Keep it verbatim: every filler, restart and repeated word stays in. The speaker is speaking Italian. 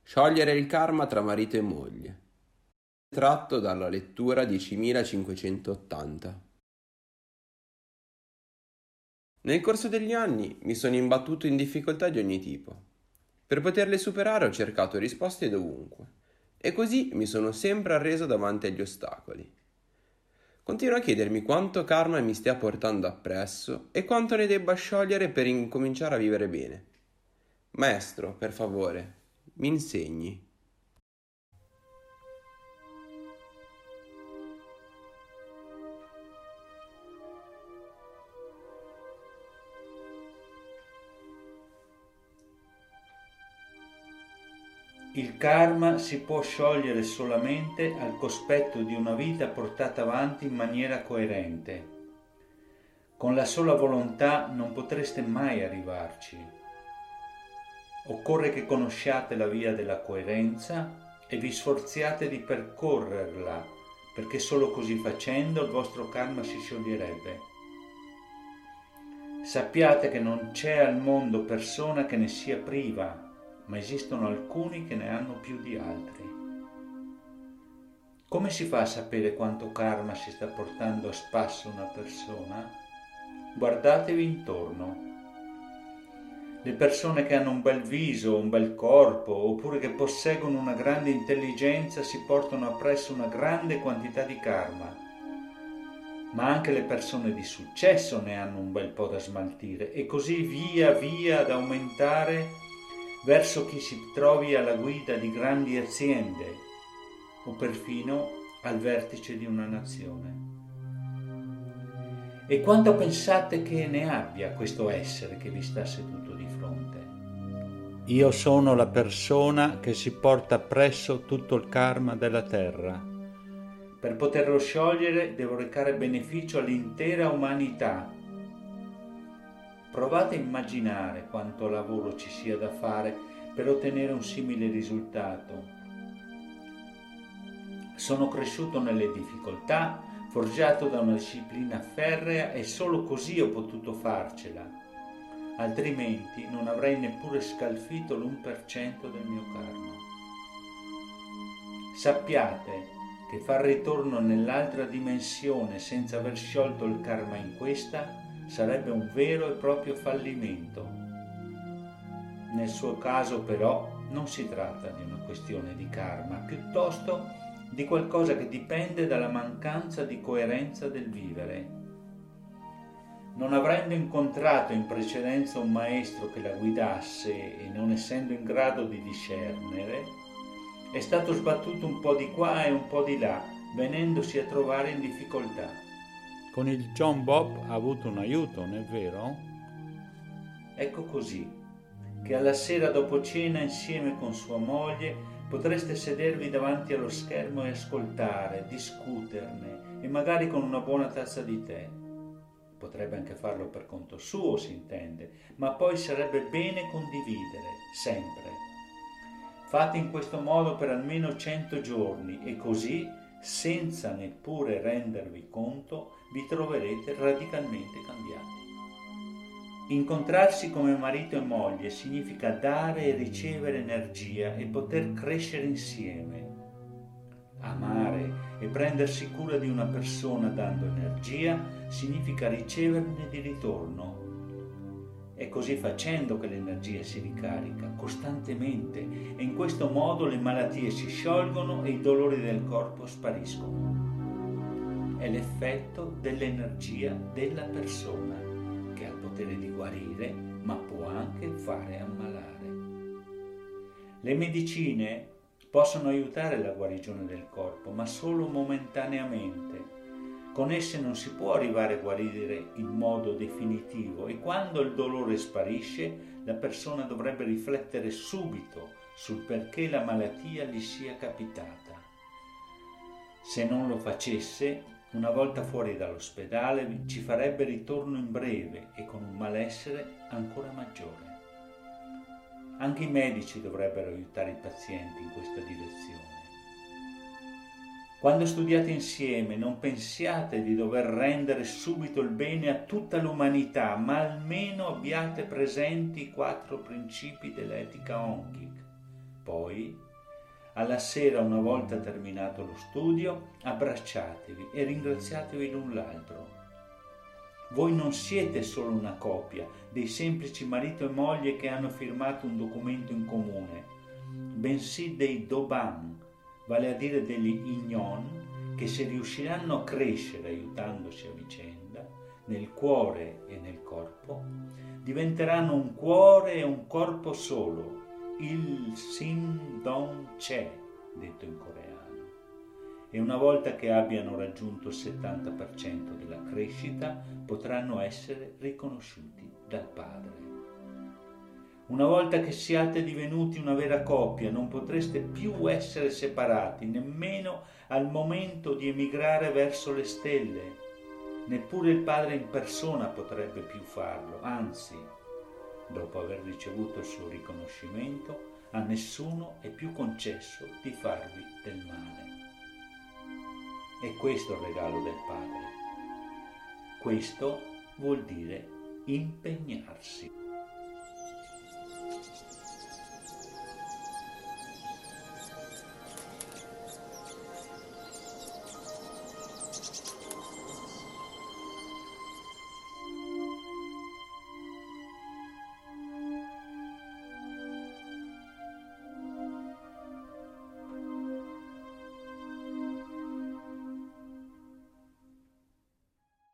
Sciogliere il karma tra marito e moglie. Tratto dalla lettura diecimilacinquecentottanta. Nel corso degli anni mi sono imbattuto in difficoltà di ogni tipo. Per poterle superare ho cercato risposte dovunque e così mi sono sempre arreso davanti agli ostacoli. Continuo a chiedermi quanto karma mi stia portando appresso e quanto ne debba sciogliere per incominciare a vivere bene. Maestro, per favore, mi insegni. Il karma si può sciogliere solamente al cospetto di una vita portata avanti in maniera coerente. Con la sola volontà non potreste mai arrivarci. Occorre che conosciate la via della coerenza e vi sforziate di percorrerla, perché solo così facendo il vostro karma si scioglierebbe. Sappiate che non c'è al mondo persona che ne sia priva, ma esistono alcuni che ne hanno più di altri. Come si fa a sapere quanto karma si sta portando a spasso una persona? Guardatevi intorno. Le persone che hanno un bel viso, un bel corpo, oppure che posseggono una grande intelligenza si portano appresso una grande quantità di karma. Ma anche le persone di successo ne hanno un bel po' da smaltire e così via via ad aumentare verso chi si trovi alla guida di grandi aziende o perfino al vertice di una nazione. E quanto pensate che ne abbia questo essere che vi sta seduto di fronte? Io sono la persona che si porta appresso tutto il karma della terra. Per poterlo sciogliere devo recare beneficio all'intera umanità. Provate a immaginare quanto lavoro ci sia da fare per ottenere un simile risultato. Sono cresciuto nelle difficoltà, forgiato da una disciplina ferrea e solo così ho potuto farcela. Altrimenti non avrei neppure scalfito l'uno per cento del mio karma. Sappiate che far ritorno nell'altra dimensione senza aver sciolto il karma in questa sarebbe un vero e proprio fallimento. Nel suo caso però non si tratta di una questione di karma, piuttosto di qualcosa che dipende dalla mancanza di coerenza del vivere. Non avendo incontrato in precedenza un maestro che la guidasse e non essendo in grado di discernere, è stato sbattuto un po' di qua e un po' di là, venendosi a trovare in difficoltà. Con il John Bob ha avuto un aiuto, non è vero? Ecco così, che alla sera dopo cena insieme con sua moglie potreste sedervi davanti allo schermo e ascoltare, discuterne e magari con una buona tazza di tè. Potrebbe anche farlo per conto suo, si intende, ma poi sarebbe bene condividere, sempre. Fate in questo modo per almeno cento giorni e così, senza neppure rendervi conto, vi troverete radicalmente cambiati. Incontrarsi come marito e moglie significa dare e ricevere energia e poter crescere insieme. Amare e prendersi cura di una persona dando energia significa riceverne di ritorno. È così facendo che l'energia si ricarica costantemente e in questo modo le malattie si sciolgono e i dolori del corpo spariscono. È l'effetto dell'energia della persona che ha il potere di guarire, ma può anche fare ammalare. Le medicine possono aiutare la guarigione del corpo, ma solo momentaneamente. Con esse non si può arrivare a guarire in modo definitivo e quando il dolore sparisce, la persona dovrebbe riflettere subito sul perché la malattia gli sia capitata. Se non lo facesse, una volta fuori dall'ospedale ci farebbe ritorno in breve e con un malessere ancora maggiore. Anche i medici dovrebbero aiutare i pazienti in questa direzione. Quando studiate insieme non pensiate di dover rendere subito il bene a tutta l'umanità, ma almeno abbiate presenti i quattro principi dell'etica Ongik. Poi, alla sera, una volta terminato lo studio, abbracciatevi e ringraziatevi l'un l'altro. Voi non siete solo una coppia, dei semplici marito e moglie che hanno firmato un documento in comune, bensì dei Doban, vale a dire degli Ignon, che se riusciranno a crescere aiutandosi a vicenda, nel cuore e nel corpo, diventeranno un cuore e un corpo solo, il Sin Don Che, detto in coreano. E una volta che abbiano raggiunto il settanta per cento della crescita, potranno essere riconosciuti dal Padre. Una volta che siate divenuti una vera coppia, non potreste più essere separati, nemmeno al momento di emigrare verso le stelle. Neppure il Padre in persona potrebbe più farlo, anzi, dopo aver ricevuto il suo riconoscimento, a nessuno è più concesso di farvi del male. E questo è il regalo del Padre. Questo vuol dire impegnarsi.